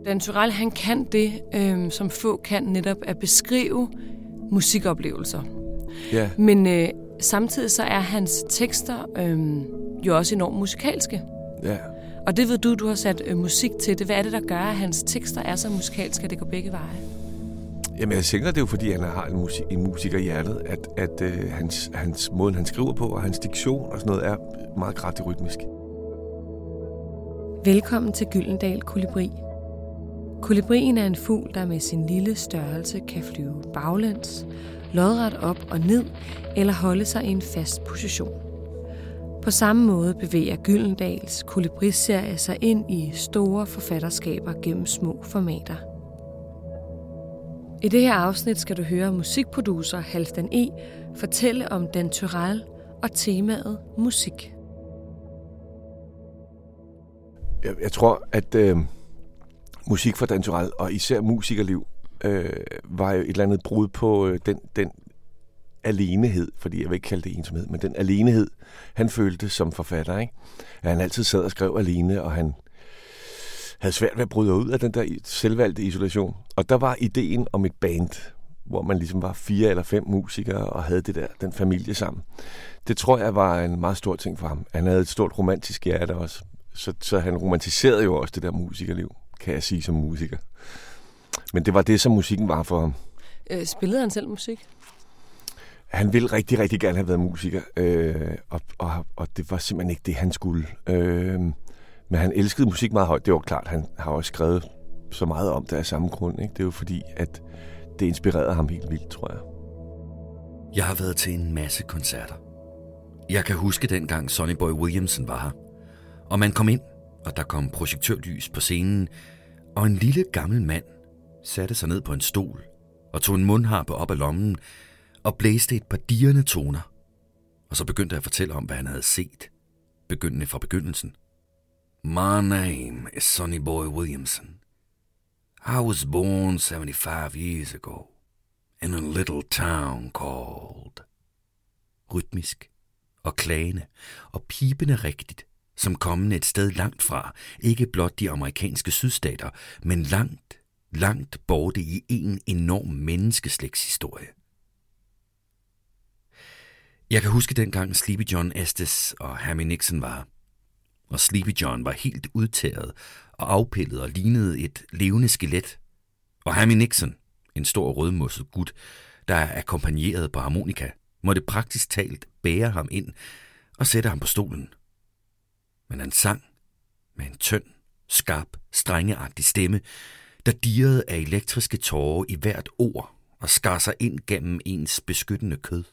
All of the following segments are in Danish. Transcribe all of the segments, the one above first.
Dan Turèll, han kan det, som få kan, netop at beskrive musikoplevelser. Ja. Men samtidig så er hans tekster jo også enormt musikalske. Ja. Og det ved du har sat musik til det. Hvad er det, der gør, at hans tekster er så musikalske, at det går begge veje? Jamen, jeg tænker, det er jo fordi, han har en musiker i hjertet, at hans måde, han skriver på, og hans diktion og sådan noget, er meget kraftigt rytmisk. Velkommen til Gyldendal Kolibri. Kolibrien er en fugl, der med sin lille størrelse kan flyve baglæns, lodret op og ned eller holde sig i en fast position. På samme måde bevæger Gyldendals Kolibri-serie sig ind i store forfatterskaber gennem små formater. I det her afsnit skal du høre musikproducer Halfdan E. fortælle om Dan Turèll og temaet musik. Jeg tror, at musik for Dan Turèll, og især musikerliv, var jo et eller andet brud på den alenehed, fordi jeg vil ikke kalde det ensomhed, men den alenehed, han følte som forfatter, ikke? At han altid sad og skrev alene, og han havde svært ved at bryde ud af den der selvvalgte isolation. Og der var ideen om et band, hvor man ligesom var 4 eller 5 musikere og havde den familie sammen. Det tror jeg var en meget stor ting for ham. Han havde et stort romantisk hjerte også, så han romantiserede jo også det der musikerliv, kan jeg sige som musiker. Men det var det, som musikken var for ham. Spillede han selv musik? Han ville rigtig, rigtig gerne have været musiker, og det var simpelthen ikke det, han skulle. Men han elskede musik meget højt. Det var klart, han har også skrevet så meget om det af samme grund. Ikke? Det er jo fordi, at det inspirerede ham helt vildt, tror jeg. Jeg har været til en masse koncerter. Jeg kan huske dengang Sonny Boy Williamson var her. Og man kom ind, og der kom projektørlys på scenen, og en lille gammel mand satte sig ned på en stol og tog en mundharpe op af lommen og blæste et par dirrende toner. Og så begyndte jeg at fortælle om, hvad han havde set, begyndende fra begyndelsen. My name is Sonny Boy Williamson. I was born 75 years ago in a little town called... Rytmisk og klagende og pibende rigtigt, som kommende et sted langt fra, ikke blot de amerikanske sydstater, men langt, langt borte i en enorm menneskeslægtshistorie. Jeg kan huske dengang Sleepy John Estes og Hammy Nixon var, og Sleepy John var helt udtæret og afpillet og lignede et levende skelet, og Hammy Nixon, en stor rødmosset gut, der er akkompagneret på harmonika, måtte praktisk talt bære ham ind og sætte ham på stolen. Men han sang med en tynd, skarp, strengeagtig stemme, der dirrede af elektriske tårer i hvert ord og skar sig ind gennem ens beskyttende kød.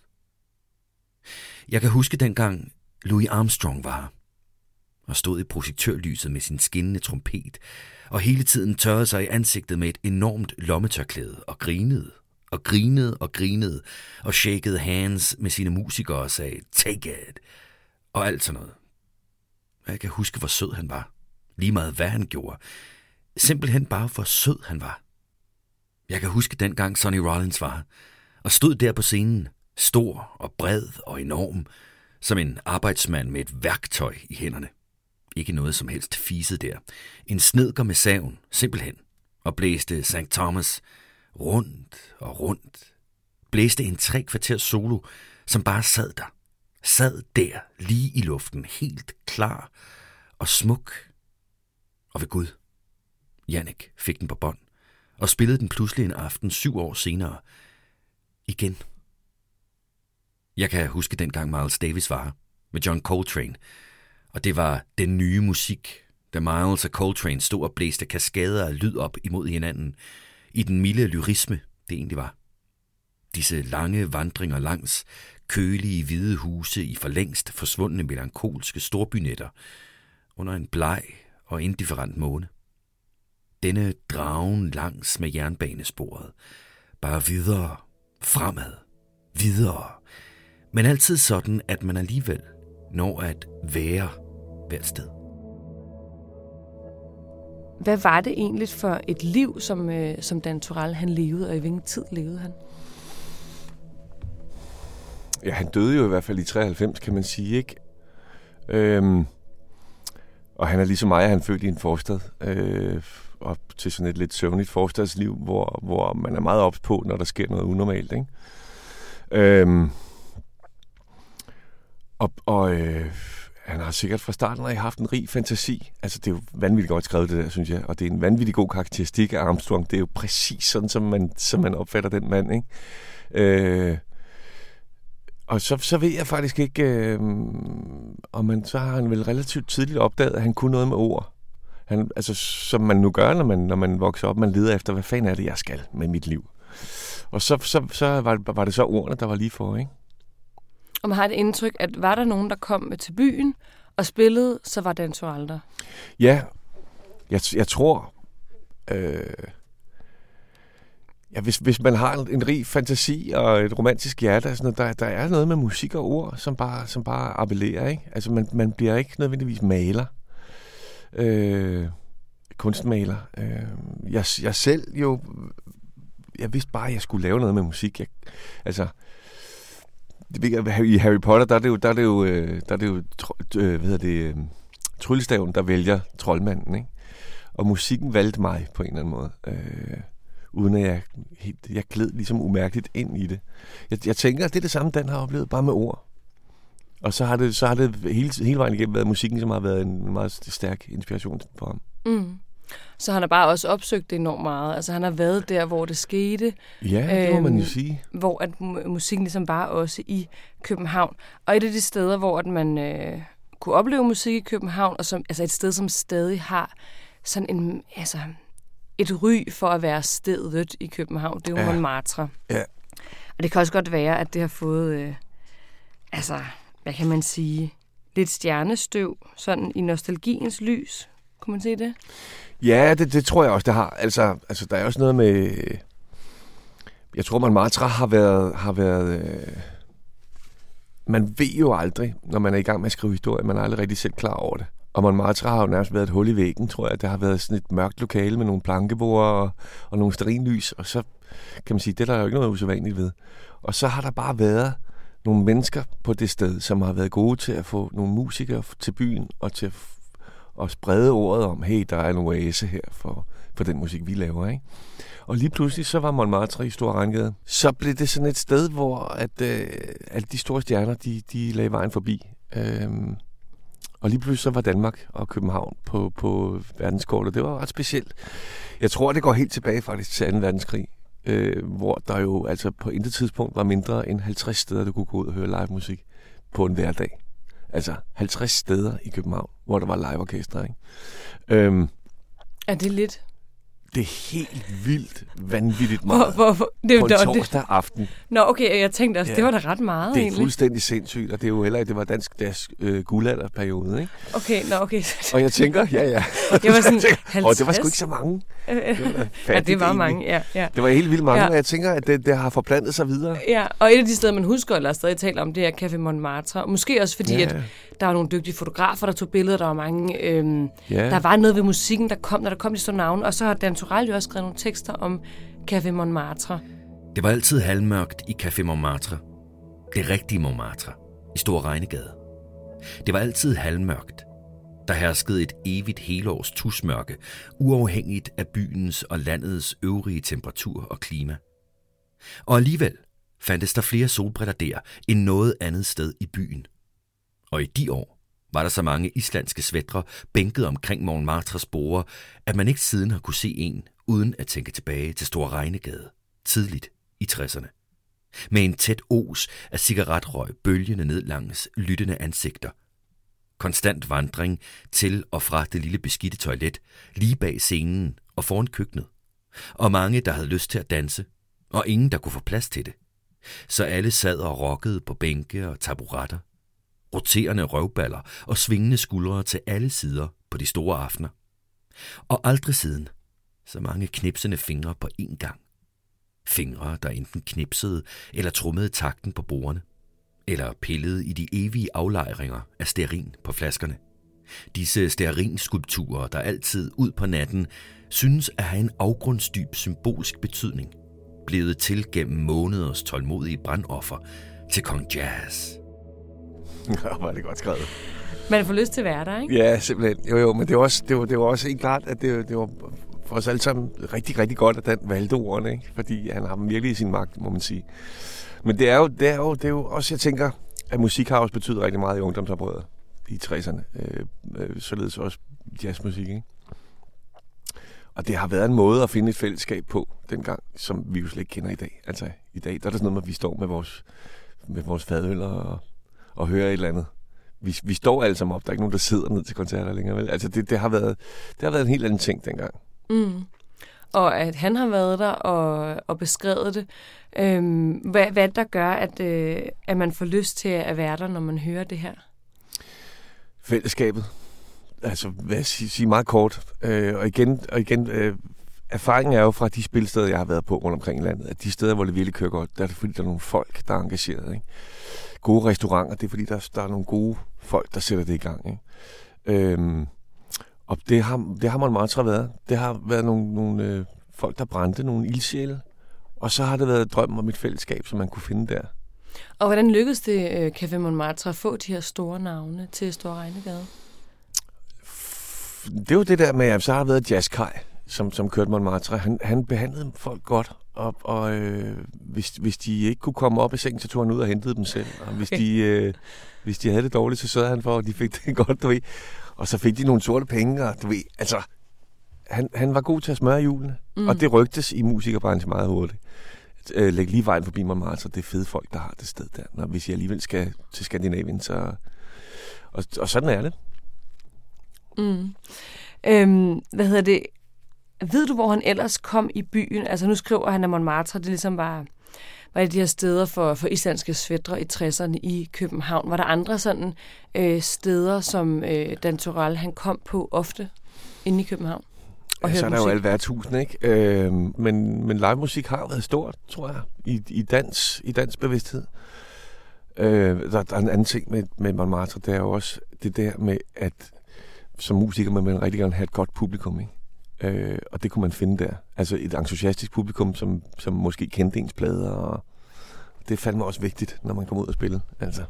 Jeg kan huske dengang Louis Armstrong var her og stod i projektørlyset med sin skinnende trompet og hele tiden tørrede sig i ansigtet med et enormt lommetørklæde og grinede og grinede og grinede og shakede hands med sine musikere og sagde, take it, og alt sådan noget. Jeg kan huske, hvor sød han var. Lige meget hvad han gjorde. Simpelthen bare hvor sød han var. Jeg kan huske dengang Sonny Rollins var og stod der på scenen, stor og bred og enorm, som en arbejdsmand med et værktøj i hænderne. Ikke noget som helst fiset der. En snedker med saven, simpelthen, og blæste St. Thomas rundt og rundt. Blæste en 3 kvarters solo, som bare sad der. Sad der, lige i luften, helt klar og smuk. Og ved Gud, Jannik fik den på bånd og spillede den pludselig en aften 7 år senere. Igen. Jeg kan huske dengang Miles Davis var her med John Coltrane, og det var den nye musik, da Miles og Coltrane stod og blæste kaskader af lyd op imod hinanden i den milde lyrisme, det egentlig var. Disse lange vandringer langs kølige hvide huse i forlængst forsvundne melankolske storbynetter under en bleg og indifferent måne. Denne dragen langs med jernbanesporet, bare videre, fremad, videre, men altid sådan, at man alligevel når at være hvert sted. Hvad var det egentlig for et liv, som Dan Turèll han levede, og i hvilken tid levede han? Ja, han døde jo i hvert fald i 93, kan man sige, ikke? Og han er ligesom mig, han er født i en forstad. op til sådan et lidt søvnigt forstadsliv, hvor man er meget ops på, når der sker noget unormalt, ikke? Han har sikkert fra starten af haft en rig fantasi. Altså, det er jo vanvittigt godt skrevet, det der, synes jeg. Og det er en vanvittig god karakteristik af Armstrong. Det er jo præcis sådan, som man opfatter den mand, ikke? Og så ved jeg faktisk ikke, så har han vel relativt tidligt opdaget, at han kunne noget med ord. Altså, som man nu gør, når man vokser op. Man leder efter, hvad fanden er det, jeg skal med mit liv? Og så var det så ordene, der var lige for, ikke? Og man har et indtryk, at var der nogen, der kom til byen og spillede, så var Dan Turèll der. Ja, jeg tror... hvis man har en rig fantasi og et romantisk hjerte, sådan noget, der er noget med musik og ord, som bare appellerer, ikke? Altså, man bliver ikke nødvendigvis maler. Kunstmaler. Jeg selv jo... Jeg vidste bare, at jeg skulle lave noget med musik. I Harry Potter, der er det jo tryllestaven, der vælger troldmanden, ikke? Og musikken valgte mig på en eller anden måde. Uden at jeg gled ligesom umærkeligt ind i det. Jeg tænker, at det er det samme, Dan har oplevet, bare med ord. Og så har det hele vejen igennem været musikken, som har været en meget stærk inspiration for ham. Mm. Så han har bare også opsøgt det enormt meget. Altså han har været der, hvor det skete. Ja, det må man jo sige. Hvor at musikken ligesom bare også i København. Og et af de steder, hvor at man kunne opleve musik i København, og som, altså et sted, som stadig har sådan et ry for at være stedet i København, det er jo Montmartre. Ja. Og det kan også godt være, at det har fået, hvad kan man sige, lidt stjernestøv, sådan i nostalgiens lys. Kunne man se det? Ja, det tror jeg også, det har. Altså, der er også noget med... Jeg tror, Montmartre har været... Man ved jo aldrig, når man er i gang med at skrive historie, man er aldrig rigtig selv klar over det. Og Montmartre har jo nærmest været et hul i væggen, tror jeg. Det har været sådan et mørkt lokale med nogle plankebord og nogle stearinlys, og så kan man sige, det der er jo ikke noget usædvanligt ved. Og så har der bare været nogle mennesker på det sted, som har været gode til at få nogle musikere til byen og til at sprede ordet om, hey, der er en oase her for den musik, vi laver, ikke? Og lige pludselig, så var Montmartre i Store Rangade. Så blev det sådan et sted, hvor alle de store stjerner, de lagde vejen forbi. Og lige pludselig så var Danmark og København på verdenskortet. Det var ret specielt. Jeg tror, det går helt tilbage faktisk til 2. verdenskrig, hvor der jo altså på intet tidspunkt var mindre end 50 steder, du kunne gå ud og høre live musik på en hverdag. Altså 50 steder i København, hvor der var liveorkester, ikke? Er det lidt? Det er helt vildt, vanvittigt meget. Det på en torsdag aften. Nå, okay, jeg tænkte også, det var da ret meget det er egentlig. Fuldstændig sindssygt, og det er jo heller det var deres guldalderperiode, ikke? Okay. Og jeg tænker, ja. Jeg var sådan, 50? Det var sgu ikke så mange. Det var mange, ja. Det var helt vildt mange, og jeg tænker, at det har forplantet sig videre. Ja, og et af de steder, man husker, eller stadig taler om, det er Café Montmartre. Måske også fordi, at der var nogle dygtige fotografer, der tog billeder, der var mange... Der var noget ved musikken, når der kom de store navne, og så har Dan Turèll jo også skrevet nogle tekster om Café Montmartre. Det var altid halvmørkt i Café Montmartre. Det rigtige Montmartre, i Store Regnegade. Det var altid halvmørkt. Der herskede et evigt helårs tusmørke, uafhængigt af byens og landets øvrige temperatur og klima. Og alligevel fandtes der flere solbriller der end noget andet sted i byen. Og i de år var der så mange islandske svætre bænket omkring Montmartres borde, at man ikke siden har kunne se en, uden at tænke tilbage til Store Regnegade, tidligt i 60'erne. Med en tæt os af cigaretrøg bølgende ned langs lyttende ansigter. Konstant vandring til og fra det lille beskidte toilet, lige bag scenen og foran køkkenet. Og mange, der havde lyst til at danse, og ingen, der kunne få plads til det. Så alle sad og rokkede på bænke og taburetter. Roterende røvballer og svingende skuldre til alle sider på de store aftener. Og aldrig siden så mange knipsende fingre på én gang. Fingre, der enten knipsede eller trummede takten på bordene, eller pillede i de evige aflejringer af stearin på flaskerne. Disse stearinskulpturer, der altid ud på natten synes at have en afgrundsdyb symbolsk betydning, blevet til gennem måneders tålmodige brandoffer til Kong Jazz. Ja, var det godt skrevet. Man får lyst til at være der, ikke? Ja, simpelthen. Jo, men det var også helt klart, at det var for os alle sammen rigtig, rigtig godt, at Dan valgte ordene, ikke? Fordi han har dem virkelig i sin magt, må man sige. Men det er jo også, jeg tænker, at musik har også betydet rigtig meget i ungdomsoprøret i 60'erne. Således også jazzmusik, ikke? Og det har været en måde at finde et fællesskab på dengang, som vi jo slet ikke kender i dag. Altså i dag, der er der sådan noget med, at vi står med vores fadøl og hører et eller andet. Vi står alle sammen op. Der er ikke nogen, der sidder ned til koncerter længere, vel? Altså det har været en helt anden ting dengang. Mm. Og at han har været der og beskrevet det. Hvad der gør, at man får lyst til at være der, når man hører det her? Fællesskabet. Altså, hvad jeg sige meget kort. Og igen, erfaringen er jo fra de spilsteder, jeg har været på rundt omkring i landet, at de steder, hvor det virkelig kører godt, der er det fordi, der er nogle folk, der er engageret, ikke? Gode restauranter, det er fordi, der er nogle gode folk, der sætter det i gang, ikke? Og det har man meget træt været. Det har været nogle folk, der brændte, nogle ildsjæle, og så har det været drømmen om et fællesskab, som man kunne finde der. Og hvordan lykkedes det Café Montmartre at få de her store navne til Store Regnegade? Det er jo det der med, at så har der været Jazzkaj, som kørte Montmartre. Han behandlede folk godt, og hvis de ikke kunne komme op i sengen, så tog han ud og hentede dem selv. Og hvis de havde det dårligt, så sørgede han for, at de fik det godt, du ved. Og så fik de nogle sorte penge, og du ved, altså, han var god til at smøre hjulene. Og det rygtes i musikerbranchen meget hurtigt. Læg lige vejen forbi Montmartre, det er fede folk, der har det sted der. Hvis jeg alligevel skal til Skandinavien, så... Og sådan er det. Ved du, hvor han ellers kom i byen? Altså nu skriver han, at Montmartre, det ligesom var de her steder for islandske svætre i 60'erne i København. Var der andre sådan steder, som Dan Turèll, han kom på ofte inde i København? Ja, så er der jo alle værtshusene, ikke? Men livemusik har været stort, tror jeg, i dans bevidsthed. Der er en anden ting med Montmartre, det er jo også det der med, at som musiker må man rigtig gerne have et godt publikum, ikke? Og det kunne man finde der. Altså et entusiastisk publikum, som måske kendte ens plader, og det er fandme også vigtigt, når man kommer ud og spille. Altså.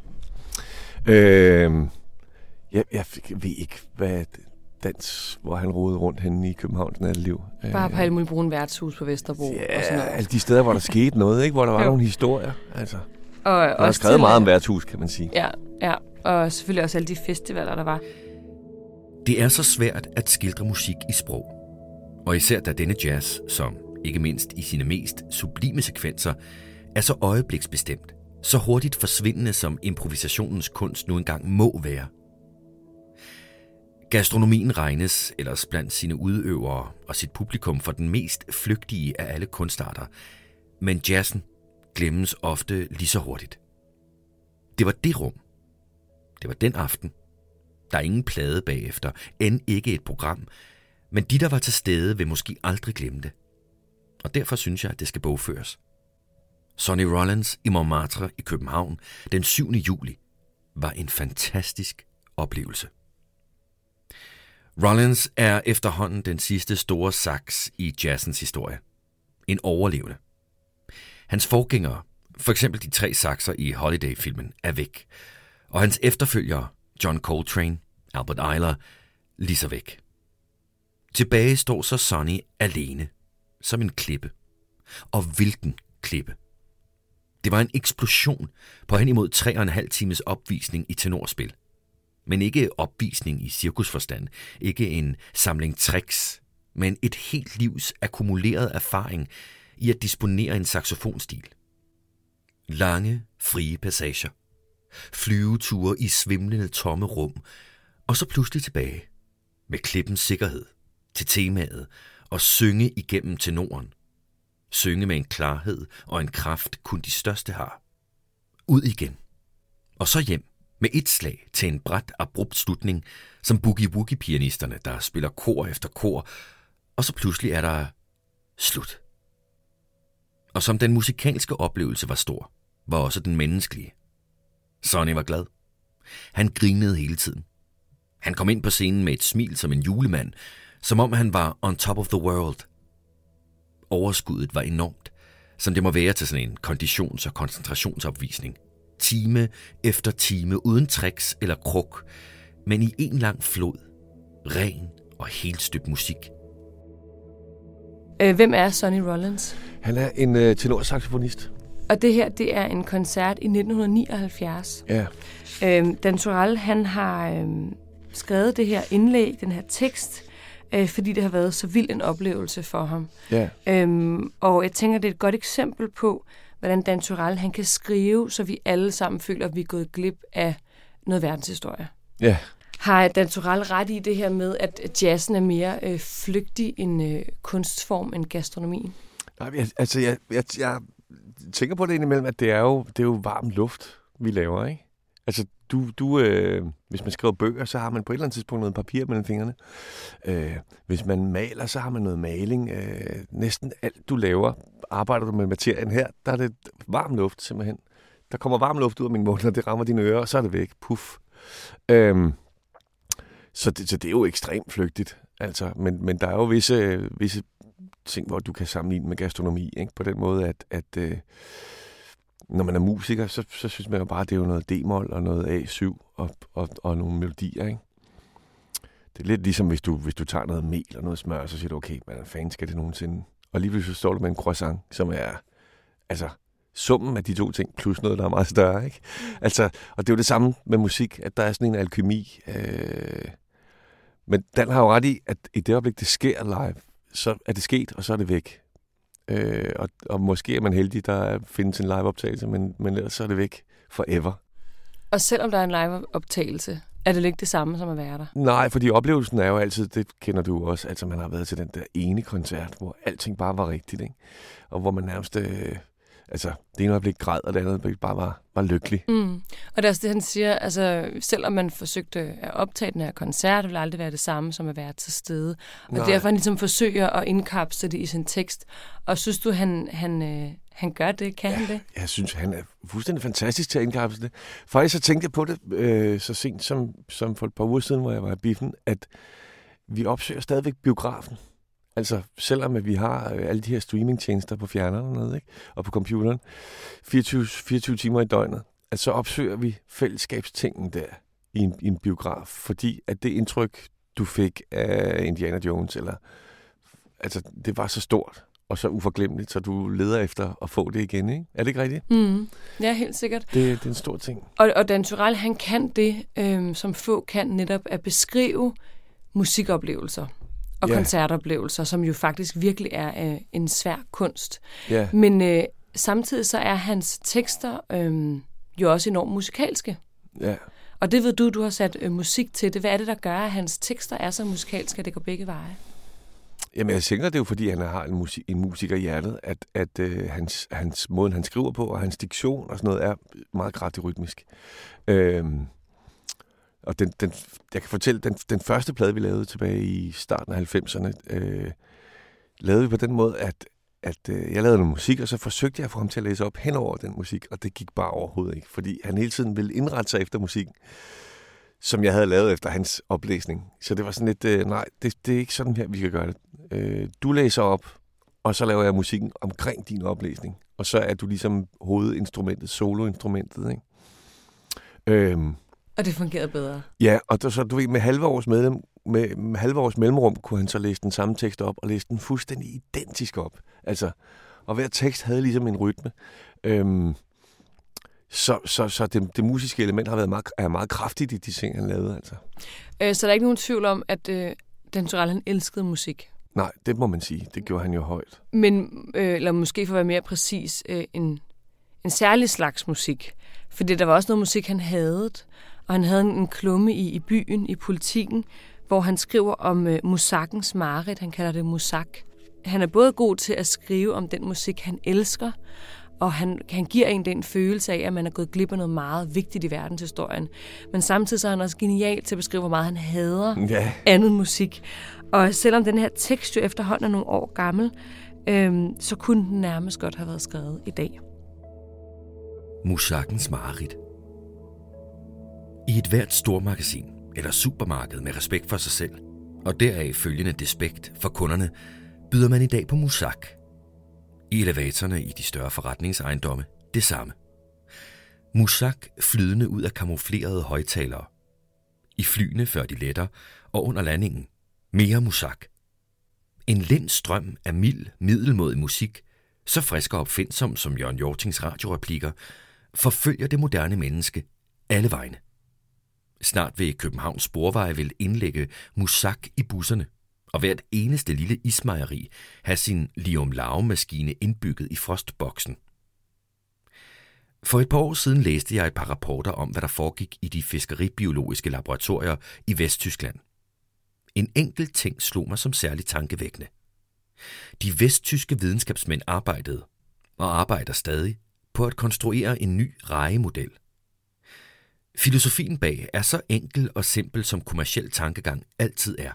Jeg ved ikke, hvad dans, hvor han rodede rundt henne i Københavns natteliv. Bare på alle mulige brune værtshus på Vesterbro. Ja, og sådan noget. alle de steder, hvor der skete noget, ikke? Hvor der var nogle historier. Altså. Og der er skrevet meget om værtshus, kan man sige. Ja, og selvfølgelig også alle de festivaler, der var. Det er så svært at skildre musik i sprog. Og især da denne jazz, som ikke mindst i sine mest sublime sekvenser, er så øjebliksbestemt, så hurtigt forsvindende som improvisationens kunst nu engang må være. Gastronomien regnes ellers blandt sine udøvere og sit publikum for den mest flygtige af alle kunstarter, men jazzen glemmes ofte lige så hurtigt. Det var det rum. Det var den aften. Der er ingen plade bagefter, end ikke et program, men de, der var til stede, vil måske aldrig glemme det. Og derfor synes jeg, at det skal bogføres. Sonny Rollins i Montmartre i København den 7. juli var en fantastisk oplevelse. Rollins er efterhånden den sidste store saks i jazzens historie. En overlevende. Hans forgængere, for eksempel de 3 sakser i Holiday-filmen, er væk, og hans efterfølgere, John Coltrane, Albert Ayler, lige så væk. Tilbage står så Sonny alene, som en klippe. Og hvilken klippe! Det var en eksplosion på hen imod 3,5 times opvisning i tenorspil. Men ikke opvisning i cirkusforstand, ikke en samling tricks, men et helt livs akkumuleret erfaring i at disponere en saxofonstil. Lange, frie passager. Flyveture i svimlende tomme rum, og så pludselig tilbage med klippens sikkerhed til temaet og synge igennem tenoren. Synge med en klarhed og en kraft, kun de største har. Ud igen. Og så hjem med et slag til en brat, abrupt slutning, som boogie-woogie-pianisterne, der spiller kor efter kor, og så pludselig er der slut. Og som den musikalske oplevelse var stor, var også den menneskelige. Sonny var glad. Han grinede hele tiden. Han kom ind på scenen med et smil som en julemand, som om han var on top of the world. Overskuddet var enormt, som det må være til sådan en konditions- og koncentrationsopvisning. Time efter time, uden tricks eller kruk, men i en lang flod. Ren og helt støbt musik. Hvem er Sonny Rollins? Han er en tenorsaxofonist. Og det her, det er en koncert i 1979. Ja. Dan Turèll, han har skrevet det her indlæg, den her tekst, fordi det har været så vild en oplevelse for ham. Ja. Og jeg tænker, det er et godt eksempel på, hvordan Dan Turèll, han kan skrive, så vi alle sammen føler, at vi er gået glip af noget verdenshistorie. Ja. Har Dan Turèll ret i det her med, at jazzen er mere flygtig en kunstform end gastronomien? Jeg tænker på det indimellem, at det er jo varm luft, vi laver, ikke? Altså, hvis man skriver bøger, så har man på et eller andet tidspunkt noget papir mellem fingrene. Hvis man maler, så har man noget maling. Næsten alt, du laver, arbejder du med materien her, der er det varm luft simpelthen. Der kommer varm luft ud af min mund, og det rammer dine ører, og så er det væk. Puff. Så det er jo ekstremt flygtigt. Altså, men der er jo visse ting, hvor du kan sammenligne med gastronomi, ikke? På den måde, at når man er musiker, så synes man jo bare, at det er jo noget D-mol og noget A7 og nogle melodier, ikke? Det er lidt ligesom, hvis du tager noget mel og noget smør, så siger du, okay, hvordan fanden skal det nogensinde? Og lige pludselig så står du med en croissant, som er, altså, summen af de to ting, plus noget, der er meget større, ikke? Altså, og det er jo det samme med musik, at der er sådan en alkymi. Men Dan har jo ret i, at i det øjeblik, det sker live, så er det sket, og så er det væk. Og måske er man heldig, der findes en liveoptagelse, men ellers så er det væk forever. Og selvom der er en liveoptagelse, er det ikke det samme som at være der? Nej, fordi oplevelsen er jo altid, det kender du også, altså man har været til den der ene koncert, hvor alting bare var rigtigt, ikke? Og hvor man nærmest, det ene øjeblik græd, og det andet øjeblik bare var lykkelig. Mm. Og det er også det, han siger, altså selvom man forsøgte at optage den her koncert, vil aldrig være det samme som at være til stede. Og derfor han ligesom forsøger at indkapsle det i sin tekst. Og synes du, han gør det? Kan han det? Jeg synes, han er fuldstændig fantastisk til at indkapsle det. Faktisk så tænkte jeg på det så sent som for et par uger siden, hvor jeg var i biffen, at vi opsøger stadigvæk biografen. Altså, selvom vi har alle de her streamingtjenester på fjerneren og noget, ikke? Og på computeren, 24 timer i døgnet, at så opsøger vi fællesskabstingen der i en biograf, fordi at det indtryk, du fik af Indiana Jones, det var så stort og så uforglemmeligt, så du leder efter at få det igen, ikke? Er det ikke rigtigt? Mm. Ja, helt sikkert. Det er en stor ting. Og Dan Turèll, han kan det, som få kan, netop at beskrive musikoplevelser og koncertoplevelser, som jo faktisk virkelig er en svær kunst. Yeah. Men samtidig så er hans tekster jo også enormt musikalske. Yeah. Og det ved du har sat musik til det. Hvad er det, der gør, at hans tekster er så musikalske, at det går begge veje? Jamen, jeg tænker, det er jo fordi, han har en musiker i hjertet, at hans måde, han skriver på, og hans diktion og sådan noget, er meget kraftigt rytmisk. Og jeg kan fortælle, den første plade, vi lavede tilbage i starten af 90'erne, lavede vi på den måde, at jeg lavede noget musik, og så forsøgte jeg at få ham til at læse op hen over den musik, og det gik bare overhovedet ikke, fordi han hele tiden ville indrette sig efter musikken, som jeg havde lavet efter hans oplæsning. Så det var sådan lidt, nej, det er ikke sådan her, vi skal gøre det. Du læser op, og så laver jeg musikken omkring din oplæsning, og så er du ligesom hovedinstrumentet, soloinstrumentet, ikke? Og det fungerede bedre. Ja, og så du ved, med halve års mellemrum kunne han så læse den samme tekst op og læse den fuldstændig identisk op. Altså, og hver tekst havde ligesom en rytme. Så det musiske element har været meget kraftigt i de ting, han lavede, altså. Så der er ikke nogen tvivl om, at Dan Turèll, han elskede musik? Nej, det må man sige. Det gjorde han jo højt. Men, eller måske for at være mere præcis, en særlig slags musik. Fordi der var også noget musik, han havde, og han havde en klumme i byen, i Politikken, hvor han skriver om musakkens mareridt. Han kalder det musak. Han er både god til at skrive om den musik, han elsker, og han giver en den følelse af, at man er gået glip af noget meget vigtigt i verdenshistorien. Men samtidig så er han også genial til at beskrive, hvor meget han hader andet musik. Og selvom den her tekst jo efterhånden er nogle år gammel, så kunne den nærmest godt have været skrevet i dag. Musakkens mareridt. I et hvert stormagasin eller supermarked med respekt for sig selv, og deraf følgende despekt for kunderne, byder man i dag på musak. I elevatorerne i de større forretningsejendomme det samme. Musak flydende ud af kamuflerede højttalere. I flyene før de letter, og under landingen mere musak. En lind strøm af mild, middelmådig musik, så frisk og opfindsom som Jørgen Hjortings radioreplikker, forfølger det moderne menneske alle vegne. Snart vil Københavns Sporveje vil indlægge musak i busserne, og hvert eneste lille ismejeri have sin lium-larve-maskine indbygget i frostboksen. For et par år siden læste jeg et par rapporter om, hvad der foregik i de fiskeribiologiske laboratorier i Vesttyskland. En enkelt ting slog mig som særligt tankevækkende. De vesttyske videnskabsmænd arbejdede, og arbejder stadig, på at konstruere en ny regemodel. Filosofien bag er så enkel og simpel, som kommerciel tankegang altid er.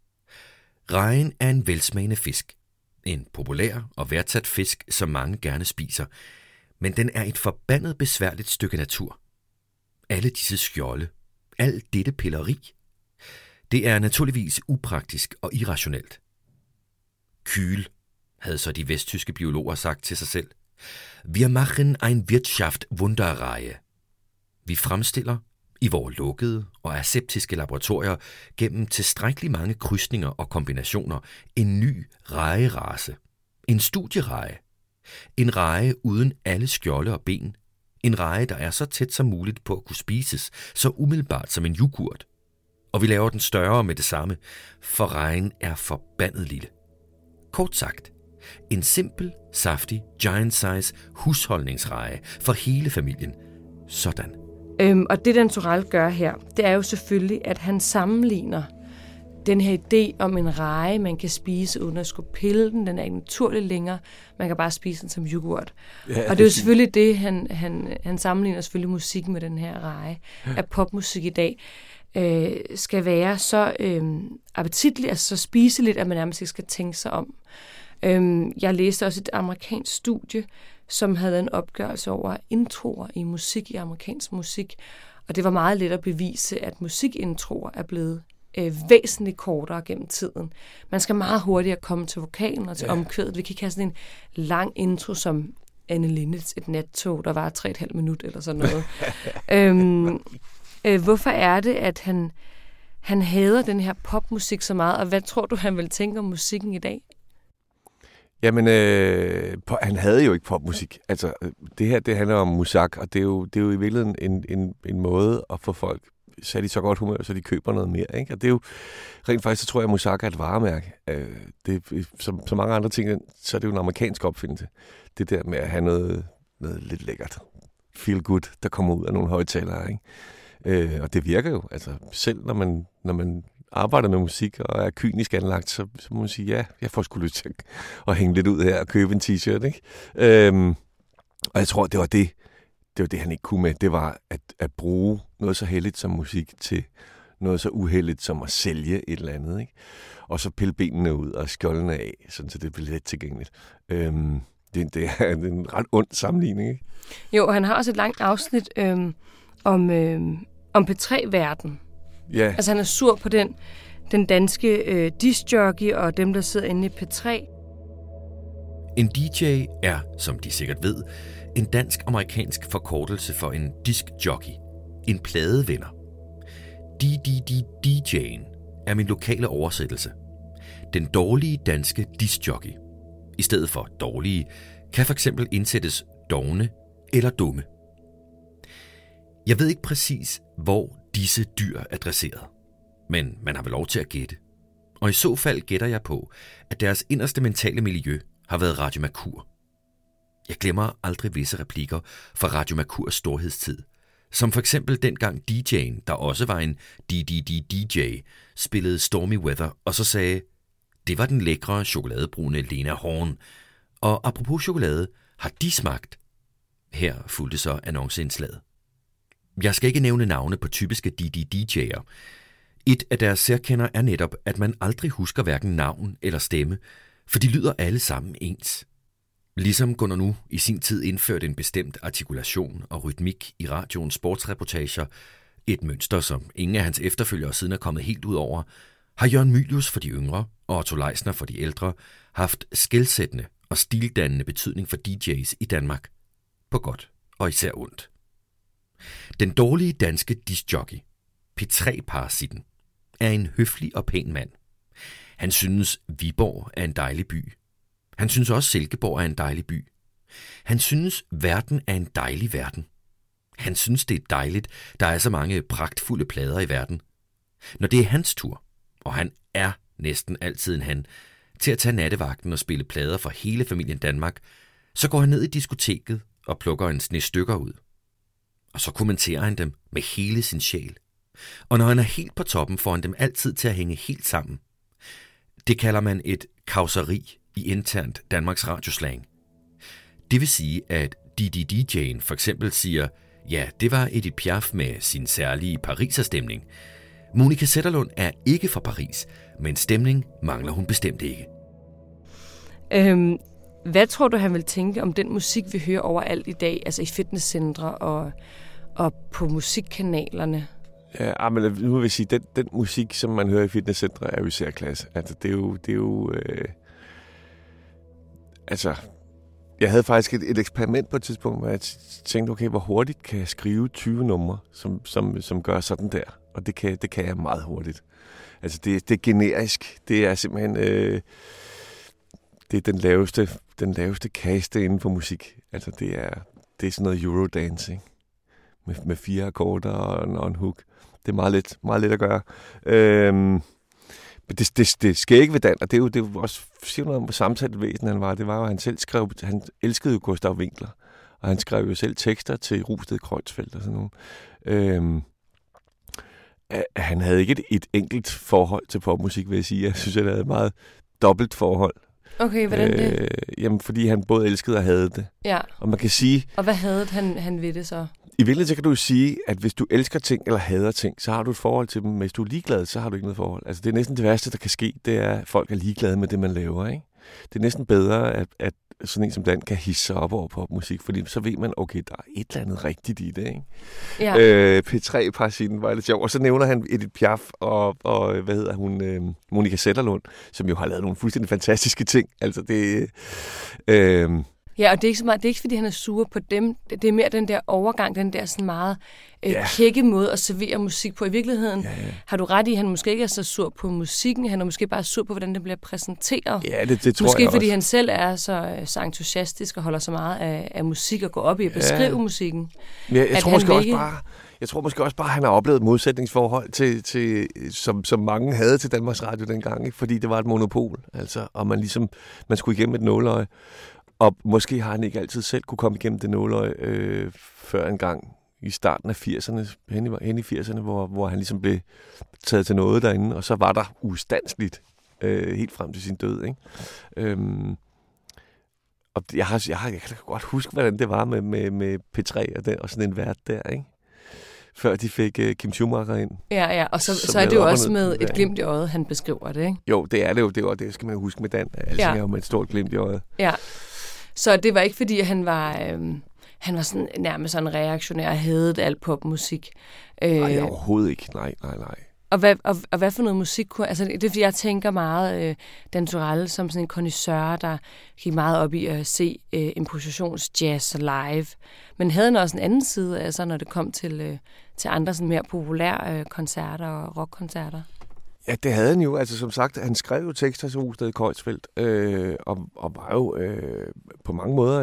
Rejen er en velsmagende fisk. En populær og værdsat fisk, som mange gerne spiser. Men den er et forbandet besværligt stykke natur. Alle disse skjolde, alt dette pilleri, det er naturligvis upraktisk og irrationelt. Kühl, havde så de vesttyske biologer sagt til sig selv. Wir machen ein Wirtschaft Wunderreihe. Vi fremstiller i vores lukkede og aseptiske laboratorier gennem tilstrækkeligt mange krydsninger og kombinationer en ny rejerace. En studiereje. En reje uden alle skjolde og ben. En reje, der er så tæt som muligt på at kunne spises, så umiddelbart som en yoghurt. Og vi laver den større med det samme, for rejen er forbandet lille. Kort sagt, en simpel, saftig, giant size husholdningsreje for hele familien. Sådan. Og det, Dan Turèll gør her, det er jo selvfølgelig, at han sammenligner den her idé om en reje, man kan spise uden at skulle pille den. Den er ikke naturlig længere. Man kan bare spise den som yoghurt. Ja, og det er jo selvfølgelig det, han sammenligner selvfølgelig musikken med den her reje. At popmusik i dag skal være så appetitlig, altså så spiseligt, at man nærmest ikke skal tænke sig om. Jeg læste også et amerikansk studie, som havde en opgørelse over introer i musik, i amerikansk musik. Og det var meget let at bevise, at musikintroer er blevet væsentligt kortere gennem tiden. Man skal meget hurtigere komme til vokalen og til omkvædet. Vi kan ikke have sådan en lang intro som Anne Lindes Et nattog, der var 3,5 minutter eller sådan noget. Hvorfor er det, at han hader den her popmusik så meget, og hvad tror du, han vil tænke om musikken i dag? Jamen, han havde jo ikke popmusik. Altså, det her, det handler om musak, og det er jo i virkeligheden en måde at få folk sat i så godt humør, så de køber noget mere, ikke? Og det er jo, rent faktisk, så tror jeg, at musak er et varemærke. Det, som så mange andre ting, så er det jo en amerikansk opfindelse. Det der med at have noget lidt lækkert. Feel good, der kommer ud af nogle højtalere, ikke? Og det virker jo. Altså, selv når man arbejder med musik og er kynisk anlagt, så må man sige, ja, jeg får sgu lyst til at hænge lidt ud her og købe en t-shirt, ikke? Og jeg tror, det var det, han ikke kunne med. Det var at bruge noget så heldigt som musik til noget så uheldigt som at sælge et eller andet, ikke? Og så pille benene ud og skjoldene af, sådan så det bliver let tilgængeligt. Det er en ret ond sammenligning, ikke? Jo, han har også et langt afsnit om P3-verden. Ja. Altså han er sur på den danske discjockey og dem, der sidder inde i P3. En DJ er, som de sikkert ved, en dansk-amerikansk forkortelse for en diskjockey. En pladevinder. DJ'en er min lokale oversættelse. Den dårlige danske discjockey. I stedet for dårlige kan for eksempel indsættes dovne eller dumme. Jeg ved ikke præcis, hvor disse dyr er dresseret, men man har vel lov til at gætte. Og i så fald gætter jeg på, at deres inderste mentale miljø har været Radio Mercur. Jeg glemmer aldrig visse replikker fra Radio Mercurs storhedstid, som for eksempel dengang DJ'en, der også var en DJ, spillede Stormy Weather og så sagde, det var den lækre chokoladebrune Lena Horn. Og apropos chokolade, har de smagt? Her fulgte så annonceindslaget. Jeg skal ikke nævne navne på typiske DJ'er. Et af deres særkender er netop, at man aldrig husker hverken navn eller stemme, for de lyder alle sammen ens. Ligesom Gunnar Nu i sin tid indførte en bestemt artikulation og rytmik i radioens sportsreportager, et mønster, som ingen af hans efterfølgere siden er kommet helt ud over, har Jørgen Mylius for de yngre og Otto Leisner for de ældre haft skelsættende og stildannende betydning for DJ's i Danmark. På godt og især ondt. Den dårlige danske discjockey, P3-parasitten, er en høflig og pæn mand. Han synes, Viborg er en dejlig by. Han synes også, Silkeborg er en dejlig by. Han synes, verden er en dejlig verden. Han synes, det er dejligt, der er så mange pragtfulde plader i verden. Når det er hans tur, og han er næsten altid en han, til at tage nattevagten og spille plader for hele familien Danmark, så går han ned i diskoteket og plukker en sne stykker ud. Og så kommenterer han dem med hele sin sjæl. Og når han er helt på toppen, får han dem altid til at hænge helt sammen. Det kalder man et kauseri i internt Danmarks radioslang. Det vil sige, at DJ'en for eksempel siger, ja, det var Edith Piaf med sin særlige pariserstemning. Monica Zetterlund er ikke fra Paris, men stemning mangler hun bestemt ikke. Hvad tror du, han vil tænke om den musik, vi hører overalt i dag, altså i fitnesscentre og på musikkanalerne? Ja, men nu vil jeg sige, den musik, som man hører i fitnesscentre, er jo i særklasse. Altså, det er jo altså, jeg havde faktisk et eksperiment på et tidspunkt, hvor jeg tænkte, okay, hvor hurtigt kan jeg skrive 20 numre, som gør sådan der? Og det kan jeg meget hurtigt. Altså, det er generisk. Det er simpelthen det er den laveste kaste inden for musik. Altså, det er sådan noget Eurodance, ikke? Med 4 akkorder og en hook. Det er meget let at gøre. Men det sker ikke ved Dan, og det er jo også siger noget om, hvor samtalt væsen han var. Det var jo, han selv skrev, han elskede jo Gustav Winkler, og han skrev jo selv tekster til Rusted Kreuzfeldt og sådan noget. Han havde ikke et enkelt forhold til popmusik, vil jeg sige. Jeg synes, han havde et meget dobbelt forhold. Okay, hvordan det? Jamen, fordi han både elskede og hadede det. Ja. Og man kan sige... Og hvad hadede han ved det så? I virkeligheden så kan du sige, at hvis du elsker ting eller hader ting, så har du et forhold til dem. Hvis du er ligeglad, så har du ikke noget forhold. Altså, det er næsten det værste, der kan ske, det er, at folk er ligeglade med det, man laver, ikke? Det er næsten bedre, at sådan en som Dan kan hisse sig op over popmusik, fordi så ved man, okay, der er et eller andet rigtigt i det, ikke? Ja. P3-parasitten var lidt sjov. Og så nævner han Edith Piaf og hvad hedder hun, Monica Zetterlund, som jo har lavet nogle fuldstændig fantastiske ting. Altså, det... Ja, og det er ikke så meget, det er ikke fordi han er sur på dem. Det er mere den der overgang, den der sådan meget kække måde at servere musik på. I virkeligheden har du ret i, at han måske ikke er så sur på musikken, han er måske bare sur på, hvordan det bliver præsenteret. Ja, det tror måske jeg fordi også. Han selv er så entusiastisk og holder så meget af musik og går op i at beskrive musikken. Ja, jeg tror måske også bare, at han har oplevet et modsætningsforhold til som mange havde til Danmarks Radio dengang, ikke? Fordi det var et monopol, altså, og man skulle igennem et nåløje. Og måske har han ikke altid selv kunne komme igennem det nåløje før en gang i starten af 80'erne, hen i 80'erne, hvor han ligesom blev taget til noget derinde, og så var der ustandsligt helt frem til sin død, ikke? Og jeg kan godt huske, hvordan det var med P3 og sådan en vært der, ikke? Før de fik Kim Schumacher ind. Ja, og så er det jo også med et glimt i øjet, han beskriver det, ikke? Jo, det er det jo. Det skal man jo huske med Dan. Altså, er jo med et stort glimt i øjet. Ja. Så det var ikke, fordi han var sådan, nærmest sådan reaktionær og hadede alt popmusik. Nej, overhovedet ikke. Nej. Og hvad for noget musik kunne... Altså, det er, fordi jeg tænker meget Dan Turèll som sådan en connoisseur, der gik meget op i at se improvisationsjazz live. Men havde han også en anden side, altså, når det kom til andre sådan mere populære koncerter og rockkoncerter? Ja, det havde han jo. Altså, som sagt, han skrev jo tekster til Rusted Kreuzfeldt, og var jo på mange måder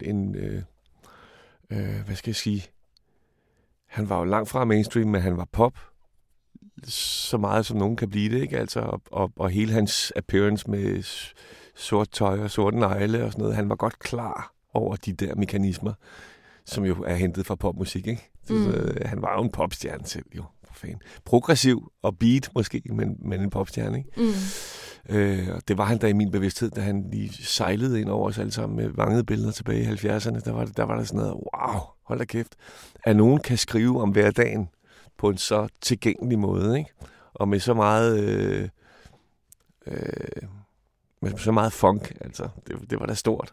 hvad skal jeg sige? Han var jo langt fra mainstream, men han var pop. Så meget, som nogen kan blive det, ikke? Altså, og hele hans appearance med sort tøj og sorte negle og sådan noget, han var godt klar over de der mekanismer, som jo er hentet fra popmusik, ikke? Han var jo en popstjerne selv, jo. Progressiv og beat måske, men en popstjerne, ikke? Og det var han da i min bevidsthed, da han lige sejlede ind over os alle sammen med vangede billeder tilbage i 70'erne. Der var der sådan noget, wow, hold da kæft, at nogen kan skrive om hverdagen på en så tilgængelig måde, ikke? Og med så meget funk, altså. Det var da stort.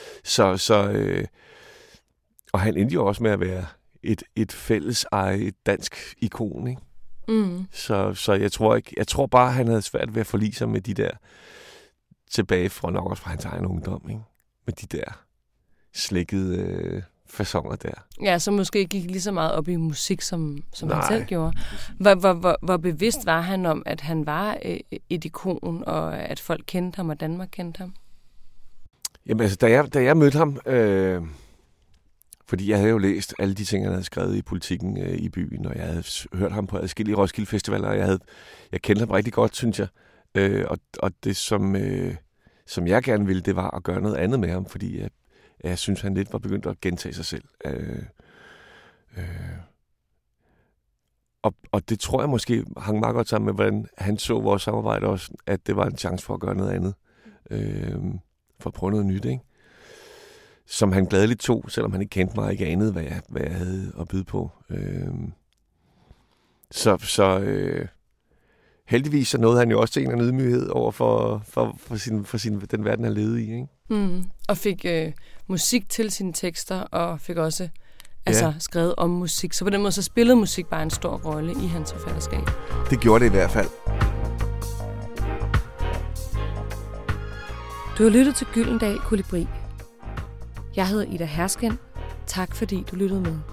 Og han endte jo også med at være et fælles et dansk ikon, ikke? Så jeg tror bare, han havde svært ved at forlige sig med de der tilbage fra nok også fra hans egen ungdom, ikke? Med de der slækkede faconer der. Ja, så måske gik lige så meget op i musik, som han selv gjorde. Hvor bevidst var han om, at han var et ikon, og at folk kendte ham, og Danmark kendte ham? Jamen altså, da jeg mødte ham, fordi jeg havde jo læst alle de ting, han havde skrevet i Politikken i byen, og jeg havde hørt ham på adskillige Roskilde Festivaler, og jeg kendte ham rigtig godt, synes jeg. Og det, som jeg gerne ville, det var at gøre noget andet med ham, fordi jeg synes, han lidt var begyndt at gentage sig selv. Og det tror jeg måske hang meget godt sammen med, hvordan han så vores samarbejde også, at det var en chance for at gøre noget andet. For at prøve noget nyt, ikke? Som han gladeligt tog, selvom han ikke kendte mig, ikke anede, hvad jeg havde at byde på. Heldigvis så nåede han jo også til en ydmyghed over for den verden, han levede i. Ikke? Og fik musik til sine tekster, og fik også skrevet om musik. Så på den måde så spillede musik bare en stor rolle i hans forfatterskab. Det gjorde det i hvert fald. Du har lyttet til Gyldendal Kolibri. Jeg hedder Ida Hersken. Tak fordi du lyttede med.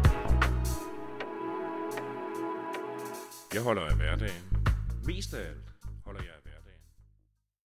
Jeg holder af hverdagen. Mest af alt